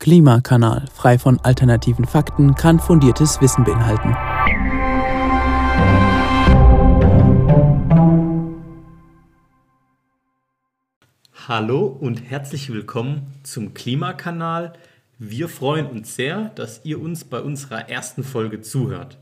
Klimakanal, frei von alternativen Fakten, kann fundiertes Wissen beinhalten. Hallo und herzlich willkommen zum Klimakanal. Wir freuen uns sehr, dass ihr uns bei unserer ersten Folge zuhört.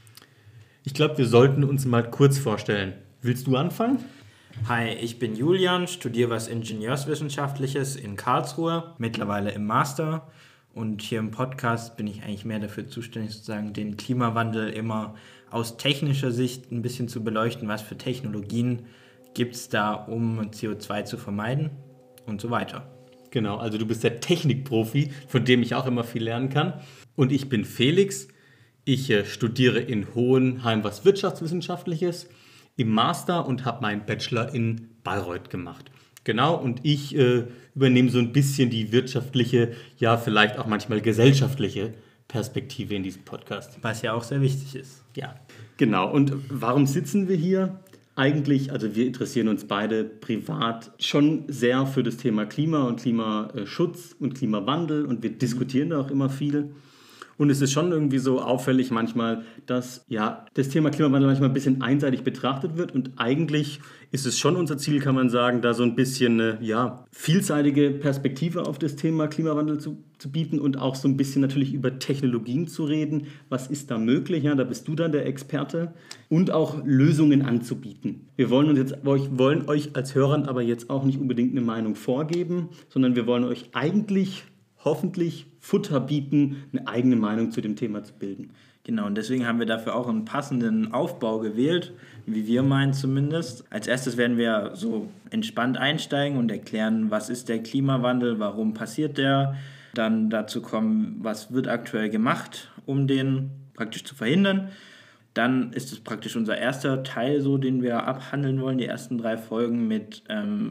Ich glaube, wir sollten uns mal kurz vorstellen. Willst du anfangen? Hi, ich bin Julian, studiere was Ingenieurswissenschaftliches in Karlsruhe, mittlerweile im Master. Und hier im Podcast bin ich eigentlich mehr dafür zuständig, sozusagen den Klimawandel immer aus technischer Sicht ein bisschen zu beleuchten. Was für Technologien gibt es da, um CO2 zu vermeiden und so weiter. Genau, also du bist der Technikprofi, von dem ich auch immer viel lernen kann. Und ich bin Felix. Ich studiere in Hohenheim was Wirtschaftswissenschaftliches im Master und habe meinen Bachelor in Bayreuth gemacht. Genau, und ich übernehme so ein bisschen die wirtschaftliche, ja vielleicht auch manchmal gesellschaftliche Perspektive in diesem Podcast. Was ja auch sehr wichtig ist. Ja, genau. Und warum sitzen wir hier? Eigentlich, also wir interessieren uns beide privat schon sehr für das Thema Klima und Klimaschutz und Klimawandel und wir diskutieren da auch immer viel. Und es ist schon irgendwie so auffällig manchmal, dass ja das Thema Klimawandel manchmal ein bisschen einseitig betrachtet wird. Und eigentlich ist es schon unser Ziel, kann man sagen, da so ein bisschen eine vielseitige Perspektive auf das Thema Klimawandel zu bieten und auch so ein bisschen natürlich über Technologien zu reden. Was ist da möglich? Ja, da bist du dann der Experte. Und auch Lösungen anzubieten. Wir wollen euch als Hörern aber jetzt auch nicht unbedingt eine Meinung vorgeben, sondern wir wollen euch eigentlich hoffentlich Futter bieten, eine eigene Meinung zu dem Thema zu bilden. Genau, und deswegen haben wir dafür auch einen passenden Aufbau gewählt, wie wir meinen zumindest. Als erstes werden wir so entspannt einsteigen und erklären, was ist der Klimawandel, warum passiert der. Dann dazu kommen, was wird aktuell gemacht, um den praktisch zu verhindern. Dann ist es praktisch unser erster Teil, so, den wir abhandeln wollen, die ersten 3 Folgen mit,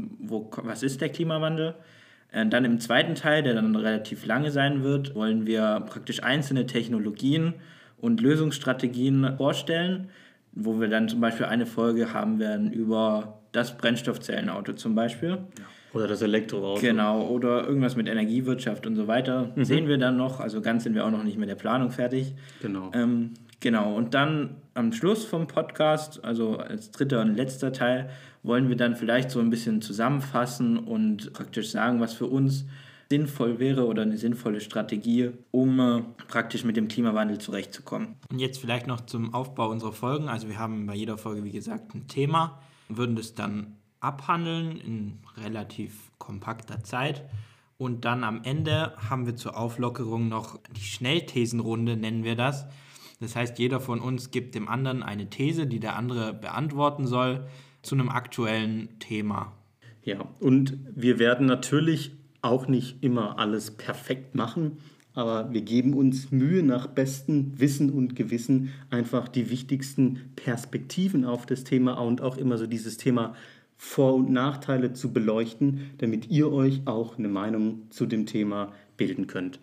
was ist der Klimawandel? Dann im zweiten Teil, der dann relativ lange sein wird, wollen wir praktisch einzelne Technologien und Lösungsstrategien vorstellen, wo wir dann zum Beispiel eine Folge haben werden über das Brennstoffzellenauto zum Beispiel. Ja. Oder das Elektroauto. Genau, oder irgendwas mit Energiewirtschaft und so weiter. Sehen wir dann noch, also ganz sind wir auch noch nicht mit der Planung fertig. Genau. Genau, und dann am Schluss vom Podcast, also als dritter und letzter Teil, wollen wir dann vielleicht so ein bisschen zusammenfassen und praktisch sagen, was für uns sinnvoll wäre oder eine sinnvolle Strategie, um praktisch mit dem Klimawandel zurechtzukommen. Und jetzt vielleicht noch zum Aufbau unserer Folgen. Also wir haben bei jeder Folge, wie gesagt, ein Thema, würden das dann abhandeln in relativ kompakter Zeit. Und dann am Ende haben wir zur Auflockerung noch die Schnellthesenrunde, nennen wir das. Das heißt, jeder von uns gibt dem anderen eine These, die der andere beantworten soll, zu einem aktuellen Thema. Ja, und wir werden natürlich auch nicht immer alles perfekt machen, aber wir geben uns Mühe, nach bestem Wissen und Gewissen einfach die wichtigsten Perspektiven auf das Thema und auch immer so dieses Thema Vor- und Nachteile zu beleuchten, damit ihr euch auch eine Meinung zu dem Thema bilden könnt.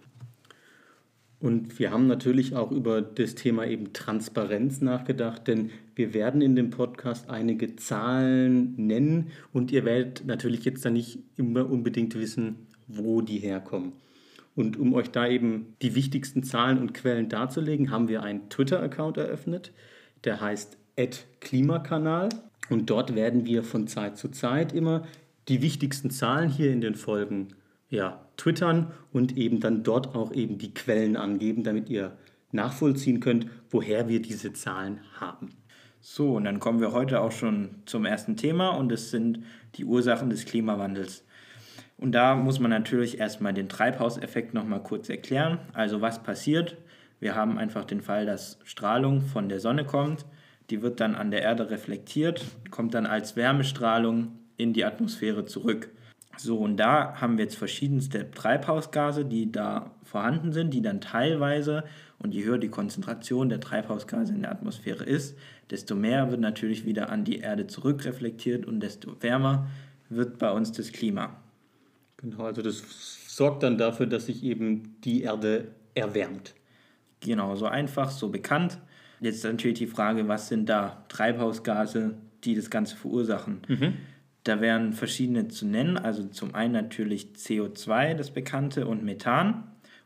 Und wir haben natürlich auch über das Thema eben Transparenz nachgedacht, denn wir werden in dem Podcast einige Zahlen nennen und ihr werdet natürlich jetzt dann nicht immer unbedingt wissen, wo die herkommen. Und um euch da eben die wichtigsten Zahlen und Quellen darzulegen, haben wir einen Twitter-Account eröffnet, der heißt @klimakanal und dort werden wir von Zeit zu Zeit immer die wichtigsten Zahlen hier in den Folgen twittern und eben dann dort auch eben die Quellen angeben, damit ihr nachvollziehen könnt, woher wir diese Zahlen haben. So, und dann kommen wir heute auch schon zum ersten Thema und das sind die Ursachen des Klimawandels. Und da muss man natürlich erstmal den Treibhauseffekt nochmal kurz erklären. Also was passiert? Wir haben einfach den Fall, dass Strahlung von der Sonne kommt, die wird dann an der Erde reflektiert, kommt dann als Wärmestrahlung in die Atmosphäre zurück. So, und da haben wir jetzt verschiedenste Treibhausgase, die da vorhanden sind, die dann teilweise, und je höher die Konzentration der Treibhausgase in der Atmosphäre ist, desto mehr wird natürlich wieder an die Erde zurückreflektiert und desto wärmer wird bei uns das Klima. Genau, also das sorgt dann dafür, dass sich eben die Erde erwärmt. Genau, so einfach, so bekannt. Jetzt natürlich die Frage, was sind da Treibhausgase, die das Ganze verursachen? Da wären verschiedene zu nennen, also zum einen natürlich CO2, das Bekannte, und Methan.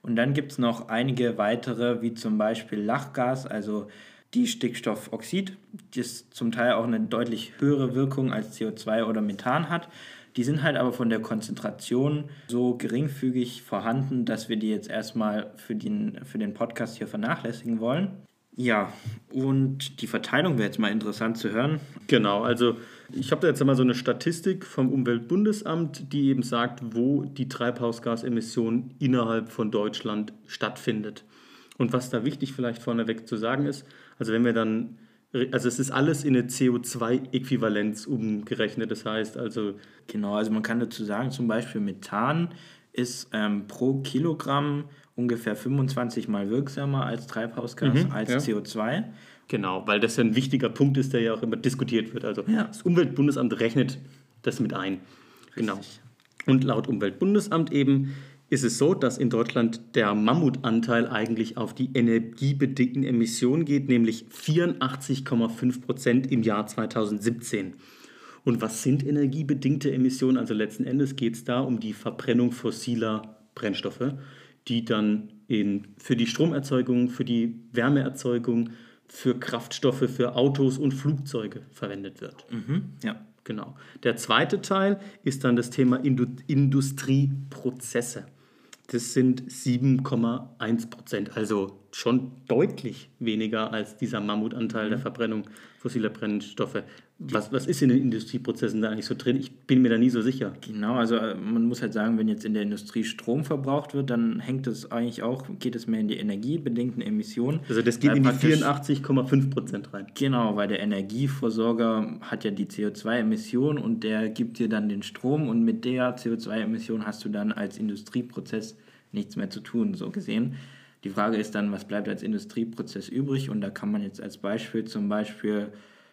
Und dann gibt es noch einige weitere, wie zum Beispiel Lachgas, also die Stickstoffoxid, das zum Teil auch eine deutlich höhere Wirkung als CO2 oder Methan hat. Die sind halt aber von der Konzentration so geringfügig vorhanden, dass wir die jetzt erstmal für den Podcast hier vernachlässigen wollen. Ja, und die Verteilung wäre jetzt mal interessant zu hören. Genau, also ich habe da jetzt einmal so eine Statistik vom Umweltbundesamt, die eben sagt, wo die Treibhausgasemission innerhalb von Deutschland stattfindet. Und was da wichtig vielleicht vorneweg zu sagen ist, also es ist alles in eine CO2-Äquivalenz umgerechnet, das heißt also... Genau, also man kann dazu sagen, zum Beispiel Methan ist pro Kilogramm ungefähr 25 Mal wirksamer als Treibhausgas, als CO2. Genau, weil das ja ein wichtiger Punkt ist, der ja auch immer diskutiert wird. Also das Umweltbundesamt rechnet das mit ein. Genau. Und laut Umweltbundesamt eben ist es so, dass in Deutschland der Mammutanteil eigentlich auf die energiebedingten Emissionen geht, nämlich 84,5% im Jahr 2017. Und was sind energiebedingte Emissionen? Also letzten Endes geht es da um die Verbrennung fossiler Brennstoffe, die dann für die Stromerzeugung, für die Wärmeerzeugung, für Kraftstoffe, für Autos und Flugzeuge verwendet wird. Ja. Genau. Der zweite Teil ist dann das Thema Industrieprozesse. Das sind 7,1%, also schon deutlich weniger als dieser Mammutanteil der Verbrennung fossiler Brennstoffe. Was ist in den Industrieprozessen da eigentlich so drin? Ich bin mir da nie so sicher. Genau, also man muss halt sagen, wenn jetzt in der Industrie Strom verbraucht wird, dann geht es mehr in die energiebedingten Emissionen. Also das geht in die 84,5% rein. Genau, weil der Energieversorger hat ja die CO2-Emission und der gibt dir dann den Strom und mit der CO2-Emission hast du dann als Industrieprozess nichts mehr zu tun, so gesehen. Die Frage ist dann, was bleibt als Industrieprozess übrig? Und da kann man jetzt als Beispiel zum Beispiel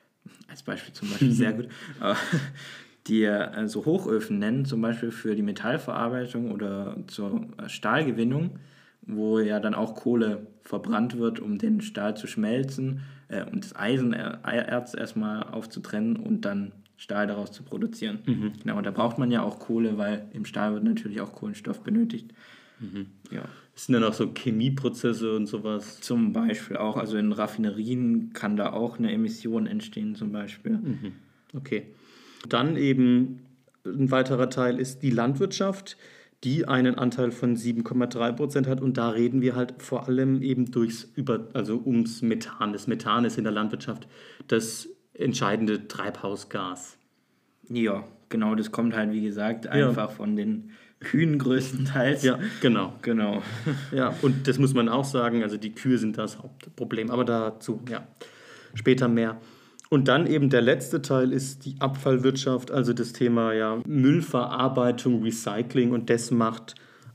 sehr gut, die so Hochöfen nennen, zum Beispiel für die Metallverarbeitung oder zur Stahlgewinnung, wo ja dann auch Kohle verbrannt wird, um den Stahl zu schmelzen, um das Eisenerz erstmal aufzutrennen und dann Stahl daraus zu produzieren. Genau, und da braucht man ja auch Kohle, weil im Stahl wird natürlich auch Kohlenstoff benötigt. Ja. Es sind dann auch so Chemieprozesse und sowas. Zum Beispiel auch, also in Raffinerien kann da auch eine Emission entstehen zum Beispiel. Okay. Dann eben ein weiterer Teil ist die Landwirtschaft, die einen Anteil von 7,3% hat und da reden wir halt vor allem eben ums Methan. Das Methan ist in der Landwirtschaft das entscheidende Treibhausgas. Ja, genau, das kommt halt wie gesagt einfach von den Kühen größtenteils. Ja, genau. Genau. Ja, und das muss man auch sagen, also die Kühe sind das Hauptproblem, aber dazu später mehr. Und dann eben der letzte Teil ist die Abfallwirtschaft, also das Thema Müllverarbeitung, Recycling und das macht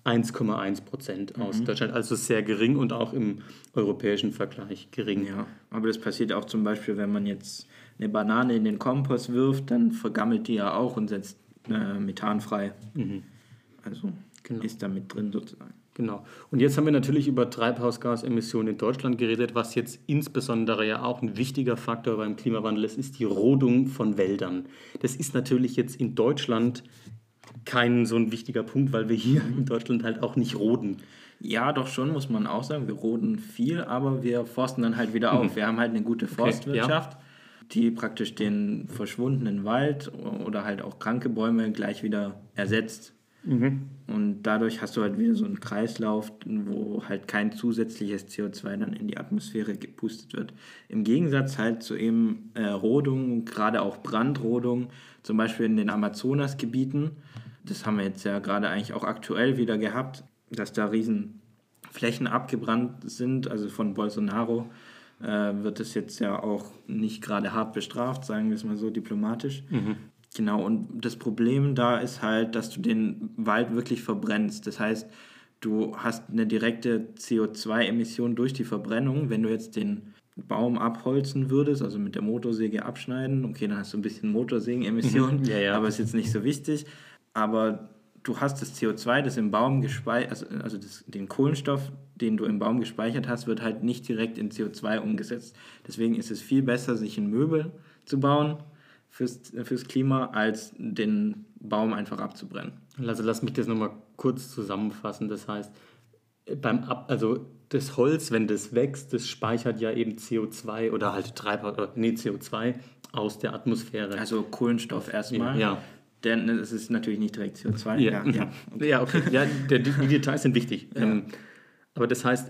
1,1% aus Deutschland, also sehr gering und auch im europäischen Vergleich gering. Ja, aber das passiert auch zum Beispiel, wenn man jetzt eine Banane in den Kompost wirft, dann vergammelt die ja auch und setzt Methan frei. Also ist da mit drin sozusagen. Genau. Und jetzt haben wir natürlich über Treibhausgasemissionen in Deutschland geredet, was jetzt insbesondere ja auch ein wichtiger Faktor beim Klimawandel ist, ist die Rodung von Wäldern. Das ist natürlich jetzt in Deutschland kein so ein wichtiger Punkt, weil wir hier in Deutschland halt auch nicht roden. Ja, doch schon, muss man auch sagen. Wir roden viel, aber wir forsten dann halt wieder auf. Wir haben halt eine gute Forstwirtschaft, die praktisch den verschwundenen Wald oder halt auch kranke Bäume gleich wieder ersetzt. Und dadurch hast du halt wieder so einen Kreislauf, wo halt kein zusätzliches CO2 dann in die Atmosphäre gepustet wird. Im Gegensatz halt zu eben Rodung, gerade auch Brandrodung, zum Beispiel in den Amazonasgebieten. Das haben wir jetzt ja gerade eigentlich auch aktuell wieder gehabt, dass da riesen Flächen abgebrannt sind. Also von Bolsonaro wird es jetzt ja auch nicht gerade hart bestraft, sagen wir es mal so diplomatisch. Genau, und das Problem da ist halt, dass du den Wald wirklich verbrennst. Das heißt, du hast eine direkte CO2-Emission durch die Verbrennung. Wenn du jetzt den Baum abholzen würdest, also mit der Motorsäge abschneiden, okay, dann hast du ein bisschen Motorsägenemission, aber ist jetzt nicht so wichtig. Aber du hast das CO2, das im Baum gespeichert, also den Kohlenstoff, den du im Baum gespeichert hast, wird halt nicht direkt in CO2 umgesetzt. Deswegen ist es viel besser, sich ein Möbel zu bauen, fürs Klima, als den Baum einfach abzubrennen. Also lass mich das nochmal kurz zusammenfassen. Das heißt, Also das Holz, wenn das wächst, das speichert ja eben CO2 oder halt CO2 aus der Atmosphäre. Also Kohlenstoff erstmal. Ja. Denn es ist natürlich nicht direkt CO2. Ja, Okay. ja, okay. Ja, die Details sind wichtig. Ja. Aber das heißt,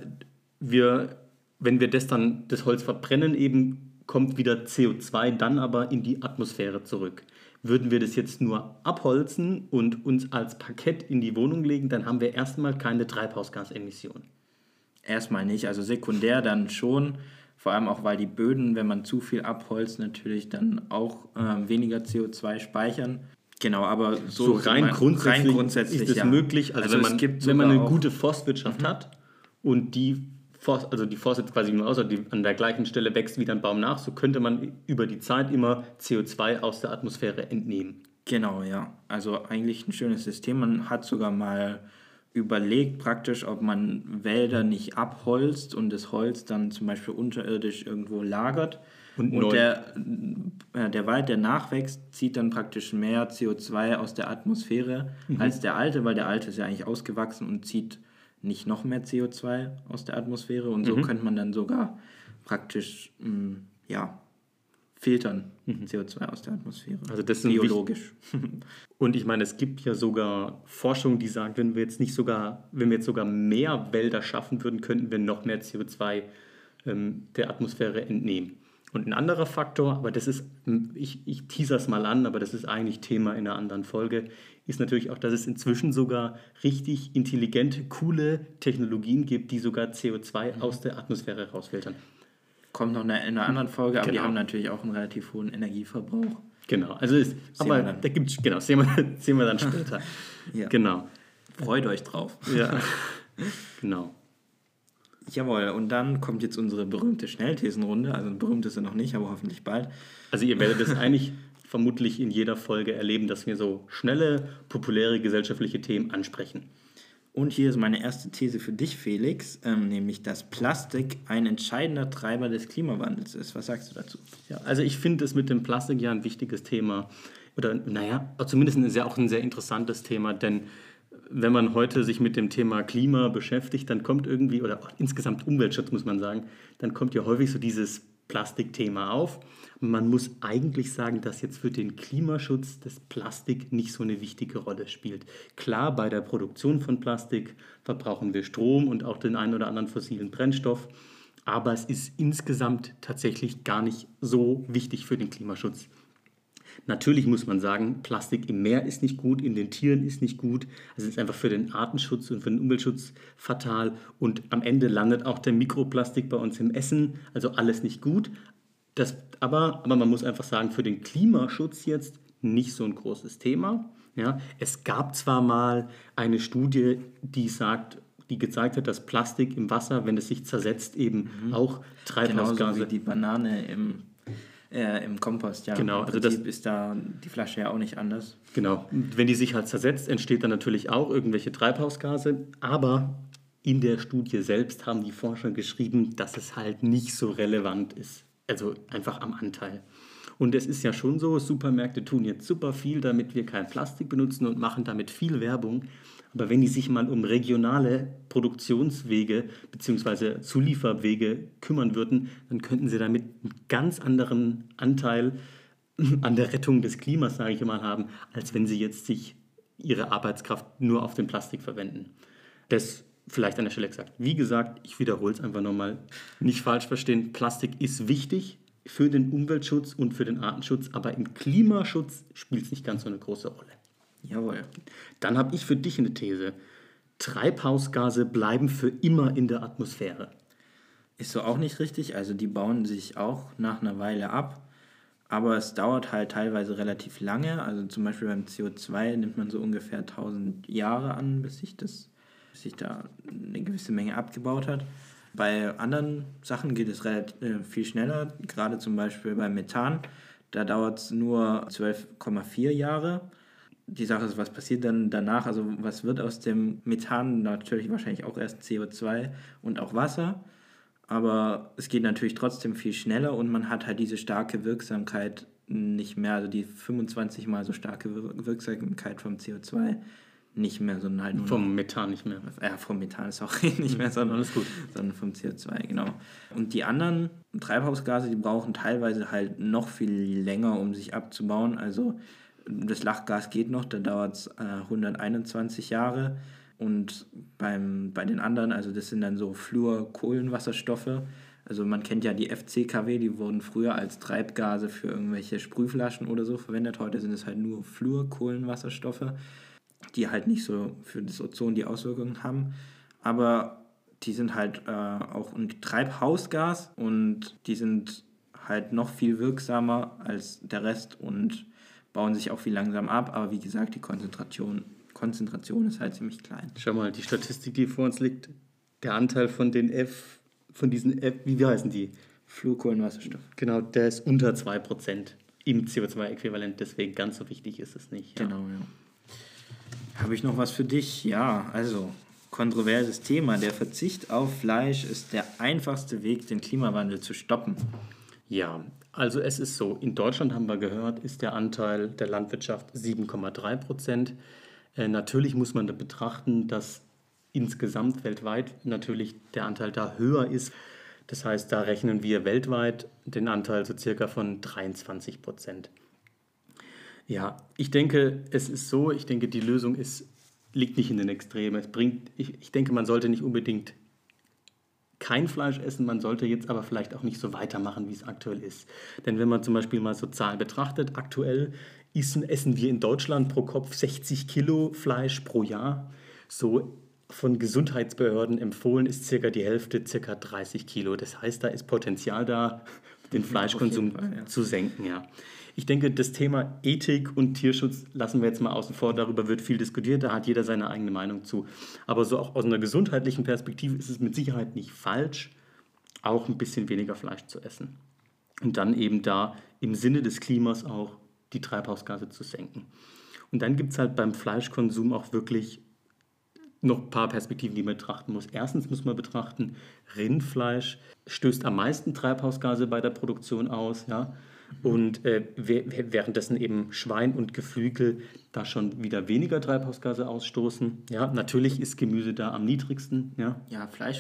wenn wir das Holz verbrennen, eben kommt wieder CO2 dann aber in die Atmosphäre zurück. Würden wir das jetzt nur abholzen und uns als Parkett in die Wohnung legen, dann haben wir erstmal keine Treibhausgasemission. Erstmal nicht, also sekundär dann schon. Vor allem auch, weil die Böden, wenn man zu viel abholzt, natürlich dann auch weniger CO2 speichern. Genau, aber so rein grundsätzlich ist es ja. möglich. Also wenn man eine gute Forstwirtschaft hat und die Forst jetzt quasi nur außer die an der gleichen Stelle wächst wieder ein Baum nach, so könnte man über die Zeit immer CO2 aus der Atmosphäre entnehmen. Genau, ja. Also eigentlich ein schönes System. Man hat sogar mal überlegt praktisch, ob man Wälder nicht abholzt und das Holz dann zum Beispiel unterirdisch irgendwo lagert. Und der Wald, der nachwächst, zieht dann praktisch mehr CO2 aus der Atmosphäre als der alte, weil der alte ist ja eigentlich ausgewachsen und zieht nicht noch mehr CO2 aus der Atmosphäre. Und so könnte man dann sogar praktisch filtern, CO2 aus der Atmosphäre. Also das sind biologisch. Und ich meine, es gibt ja sogar Forschung, die sagt, wenn wir jetzt sogar mehr Wälder schaffen würden, könnten wir noch mehr CO2 der Atmosphäre entnehmen. Und ein anderer Faktor, aber das ist, ich teaser es mal an, aber das ist eigentlich Thema in einer anderen Folge, ist natürlich auch, dass es inzwischen sogar richtig intelligente, coole Technologien gibt, die sogar CO2 aus der Atmosphäre rausfiltern. Kommt noch in einer anderen Folge, aber die haben natürlich auch einen relativ hohen Energieverbrauch. Genau, also sehen wir dann später. Ja. Genau. Freut euch drauf. Ja, genau. Jawohl, und dann kommt jetzt unsere berühmte Schnellthesenrunde. Also berühmt ist sie noch nicht, aber hoffentlich bald. Also ihr werdet es eigentlich vermutlich in jeder Folge erleben, dass wir so schnelle, populäre gesellschaftliche Themen ansprechen. Und hier ist meine erste These für dich, Felix, nämlich, dass Plastik ein entscheidender Treiber des Klimawandels ist. Was sagst du dazu? Ja, also ich finde es mit dem Plastik ja ein wichtiges Thema. Oder zumindest ist ja auch ein sehr interessantes Thema, denn wenn man heute sich mit dem Thema Klima beschäftigt, dann kommt irgendwie, oder auch insgesamt Umweltschutz muss man sagen, dann kommt ja häufig so dieses Plastikthema auf. Man muss eigentlich sagen, dass jetzt für den Klimaschutz das Plastik nicht so eine wichtige Rolle spielt. Klar, bei der Produktion von Plastik verbrauchen wir Strom und auch den einen oder anderen fossilen Brennstoff, aber es ist insgesamt tatsächlich gar nicht so wichtig für den Klimaschutz. Natürlich muss man sagen, Plastik im Meer ist nicht gut, in den Tieren ist nicht gut. Es ist einfach für den Artenschutz und für den Umweltschutz fatal. Und am Ende landet auch der Mikroplastik bei uns im Essen. Also alles nicht gut. Aber man muss einfach sagen, für den Klimaschutz jetzt nicht so ein großes Thema. Ja, es gab zwar mal eine Studie, die gezeigt hat, dass Plastik im Wasser, wenn es sich zersetzt, eben auch Treibhausgase... Genauso wie die Banane im Kompost, ja. Genau, im Prinzip ist da die Flasche ja auch nicht anders. Genau, wenn die sich halt zersetzt, entsteht dann natürlich auch irgendwelche Treibhausgase, aber in der Studie selbst haben die Forscher geschrieben, dass es halt nicht so relevant ist, also einfach am Anteil. Und es ist ja schon so, Supermärkte tun jetzt super viel, damit wir kein Plastik benutzen und machen damit viel Werbung. Aber wenn die sich mal um regionale Produktionswege bzw. Zulieferwege kümmern würden, dann könnten sie damit einen ganz anderen Anteil an der Rettung des Klimas, sage ich mal, haben, als wenn sie jetzt sich ihre Arbeitskraft nur auf den Plastik verwenden. Das vielleicht an der Stelle gesagt. Wie gesagt, ich wiederhole es einfach nochmal, nicht falsch verstehen, Plastik ist wichtig für den Umweltschutz und für den Artenschutz, aber im Klimaschutz spielt es nicht ganz so eine große Rolle. Jawohl. Dann habe ich für dich eine These. Treibhausgase bleiben für immer in der Atmosphäre. Ist so auch nicht richtig. Also die bauen sich auch nach einer Weile ab. Aber es dauert halt teilweise relativ lange. Also zum Beispiel beim CO2 nimmt man so ungefähr 1000 Jahre an, bis sich da eine gewisse Menge abgebaut hat. Bei anderen Sachen geht es relativ viel schneller. Gerade zum Beispiel beim Methan. Da dauert es nur 12,4 Jahre. Die Sache ist, was passiert dann danach? Also was wird aus dem Methan? Natürlich wahrscheinlich auch erst CO2 und auch Wasser. Aber es geht natürlich trotzdem viel schneller und man hat halt diese starke Wirksamkeit nicht mehr. Also die 25 mal so starke Wirksamkeit vom CO2 nicht mehr, sondern halt nur vom Methan nicht mehr. Ja, vom Methan ist auch nicht mehr, sondern vom CO2, genau. Und die anderen Treibhausgase, die brauchen teilweise halt noch viel länger, um sich abzubauen. Also das Lachgas geht noch, da dauert es 121 Jahre. Und bei den anderen, also das sind dann so Fluorkohlenwasserstoffe. Also man kennt ja die FCKW, die wurden früher als Treibgase für irgendwelche Sprühflaschen oder so verwendet. Heute sind es halt nur Fluorkohlenwasserstoffe, die halt nicht so für das Ozon die Auswirkungen haben. Aber die sind halt auch ein Treibhausgas und die sind halt noch viel wirksamer als der Rest und bauen sich auch viel langsam ab. Aber wie gesagt, die Konzentration ist halt ziemlich klein. Schau mal, die Statistik, die vor uns liegt, der Anteil von diesen wie heißen die? Fluorkohlenwasserstoff. Genau, der ist unter 2% im CO2-Äquivalent, deswegen ganz so wichtig ist es nicht. Ja. Genau, ja. Habe ich noch was für dich? Ja, also kontroverses Thema. Der Verzicht auf Fleisch ist der einfachste Weg, den Klimawandel zu stoppen. Ja, also es ist so, in Deutschland haben wir gehört, ist der Anteil der Landwirtschaft 7,3%. Natürlich muss man da betrachten, dass insgesamt weltweit natürlich der Anteil da höher ist. Das heißt, da rechnen wir weltweit den Anteil so circa von 23%. Ja, ich denke, es ist so, ich denke, die Lösung liegt nicht in den Extremen. Ich denke, man sollte nicht unbedingt kein Fleisch essen, man sollte jetzt aber vielleicht auch nicht so weitermachen, wie es aktuell ist. Denn wenn man zum Beispiel mal so Zahlen betrachtet, aktuell essen wir in Deutschland pro Kopf 60 Kilo Fleisch pro Jahr. So von Gesundheitsbehörden empfohlen ist circa die Hälfte, circa 30 Kilo. Das heißt, da ist Potenzial da, den Fleischkonsum zu senken. Ja. Ich denke, das Thema Ethik und Tierschutz lassen wir jetzt mal außen vor. Darüber wird viel diskutiert, da hat jeder seine eigene Meinung zu. Aber so auch aus einer gesundheitlichen Perspektive ist es mit Sicherheit nicht falsch, auch ein bisschen weniger Fleisch zu essen. Und dann eben da im Sinne des Klimas auch die Treibhausgase zu senken. Und dann gibt es halt beim Fleischkonsum auch wirklich noch ein paar Perspektiven, die man betrachten muss. Erstens muss man betrachten, Rindfleisch stößt am meisten Treibhausgase bei der Produktion aus, ja. Und währenddessen eben Schwein und Geflügel da schon wieder weniger Treibhausgase ausstoßen. Ja, natürlich ist Gemüse da am niedrigsten. Ja, ja Fisch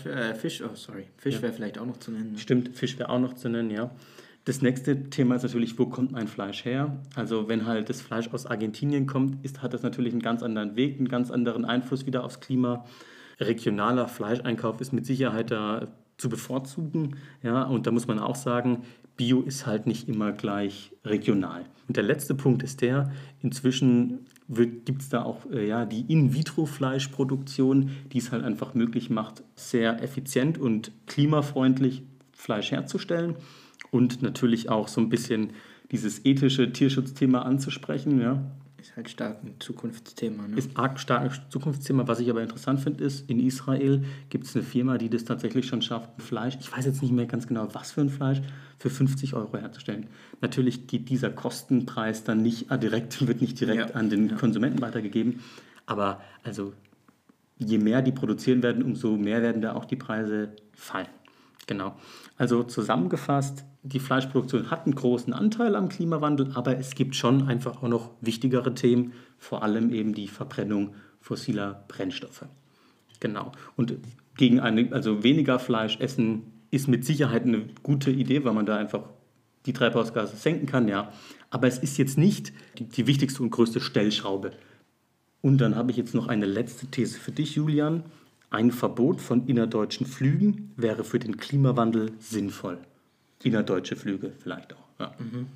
wäre vielleicht auch noch zu nennen. Ne? Stimmt, Fisch wäre auch noch zu nennen, ja. Das nächste Thema ist natürlich, wo kommt mein Fleisch her? Also wenn halt das Fleisch aus Argentinien kommt, hat das natürlich einen ganz anderen Weg, einen ganz anderen Einfluss wieder aufs Klima. Regionaler Fleischeinkauf ist mit Sicherheit da zu bevorzugen. Ja, und da muss man auch sagen, Bio ist halt nicht immer gleich regional. Und der letzte Punkt ist inzwischen gibt es da auch die In-vitro-Fleischproduktion, die es halt einfach möglich macht, sehr effizient und klimafreundlich Fleisch herzustellen. Und natürlich auch so ein bisschen dieses ethische Tierschutzthema anzusprechen. Ja. Ist halt stark ein Zukunftsthema. Ne? Ist stark ein Zukunftsthema. Was ich aber interessant finde, ist, in Israel gibt es eine Firma, die das tatsächlich schon schafft, Fleisch, ich weiß jetzt nicht mehr ganz genau, was für ein Fleisch, für 50 € herzustellen. Natürlich geht dieser Kostenpreis dann wird nicht direkt an den Konsumenten weitergegeben. Aber also je mehr die produzieren werden, umso mehr werden da auch die Preise fallen. Genau. Also zusammengefasst, die Fleischproduktion hat einen großen Anteil am Klimawandel, aber es gibt schon einfach auch noch wichtigere Themen, vor allem eben die Verbrennung fossiler Brennstoffe. Genau. Und weniger Fleisch essen ist mit Sicherheit eine gute Idee, weil man da einfach die Treibhausgase senken kann, ja. Aber es ist jetzt nicht die wichtigste und größte Stellschraube. Und dann habe ich jetzt noch eine letzte These für dich, Julian. Ein Verbot von innerdeutschen Flügen wäre für den Klimawandel sinnvoll. Innerdeutsche Flüge vielleicht auch. Ja.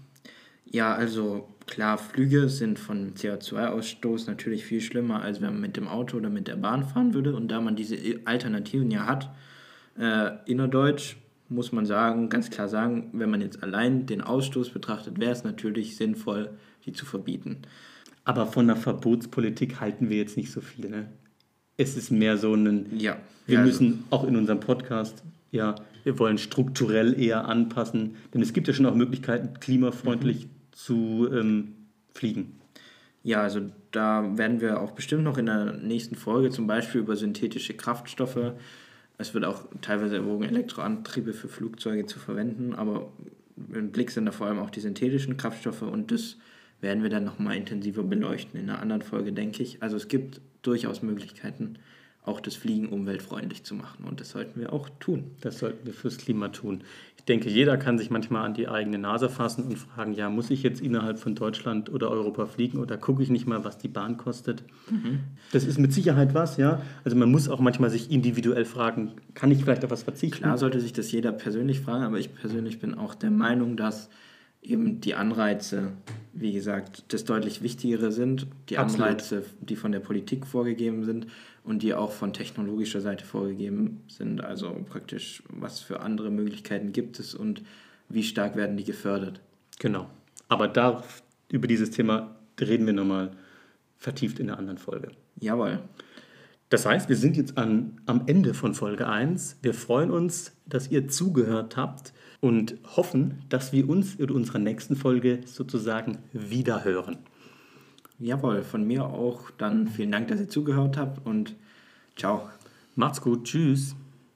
Ja, also klar, Flüge sind von CO2-Ausstoß natürlich viel schlimmer, als wenn man mit dem Auto oder mit der Bahn fahren würde. Und da man diese Alternativen ja hat, innerdeutsch muss man ganz klar sagen, wenn man jetzt allein den Ausstoß betrachtet, wäre es natürlich sinnvoll, die zu verbieten. Aber von der Verbotspolitik halten wir jetzt nicht so viel, ne? Es ist mehr so wir müssen auch in unserem Podcast, wir wollen strukturell eher anpassen, denn es gibt ja schon auch Möglichkeiten, klimafreundlich zu fliegen. Ja, also da werden wir auch bestimmt noch in der nächsten Folge zum Beispiel über synthetische Kraftstoffe. Es wird auch teilweise erwogen, Elektroantriebe für Flugzeuge zu verwenden, aber im Blick sind da vor allem auch die synthetischen Kraftstoffe und das werden wir dann nochmal intensiver beleuchten in einer anderen Folge, denke ich. Also es gibt durchaus Möglichkeiten, auch das Fliegen umweltfreundlich zu machen. Und das sollten wir auch tun. Das sollten wir fürs Klima tun. Ich denke, jeder kann sich manchmal an die eigene Nase fassen und fragen, ja, muss ich jetzt innerhalb von Deutschland oder Europa fliegen oder gucke ich nicht mal, was die Bahn kostet? Das ist mit Sicherheit was, ja. Also man muss auch manchmal sich individuell fragen, kann ich vielleicht auf was verzichten? Klar sollte sich das jeder persönlich fragen, aber ich persönlich bin auch der Meinung, dass eben die Anreize, wie gesagt, das deutlich Wichtigere sind. Die Absolut. Anreize, die von der Politik vorgegeben sind und die auch von technologischer Seite vorgegeben sind. Also praktisch, was für andere Möglichkeiten gibt es und wie stark werden die gefördert. Genau. Aber über dieses Thema reden wir nochmal vertieft in einer anderen Folge. Jawohl. Das heißt, wir sind jetzt am Ende von Folge 1. Wir freuen uns, dass ihr zugehört habt und hoffen, dass wir uns in unserer nächsten Folge sozusagen wiederhören. Jawohl, von mir auch. Dann vielen Dank, dass ihr zugehört habt und ciao. Macht's gut. Tschüss.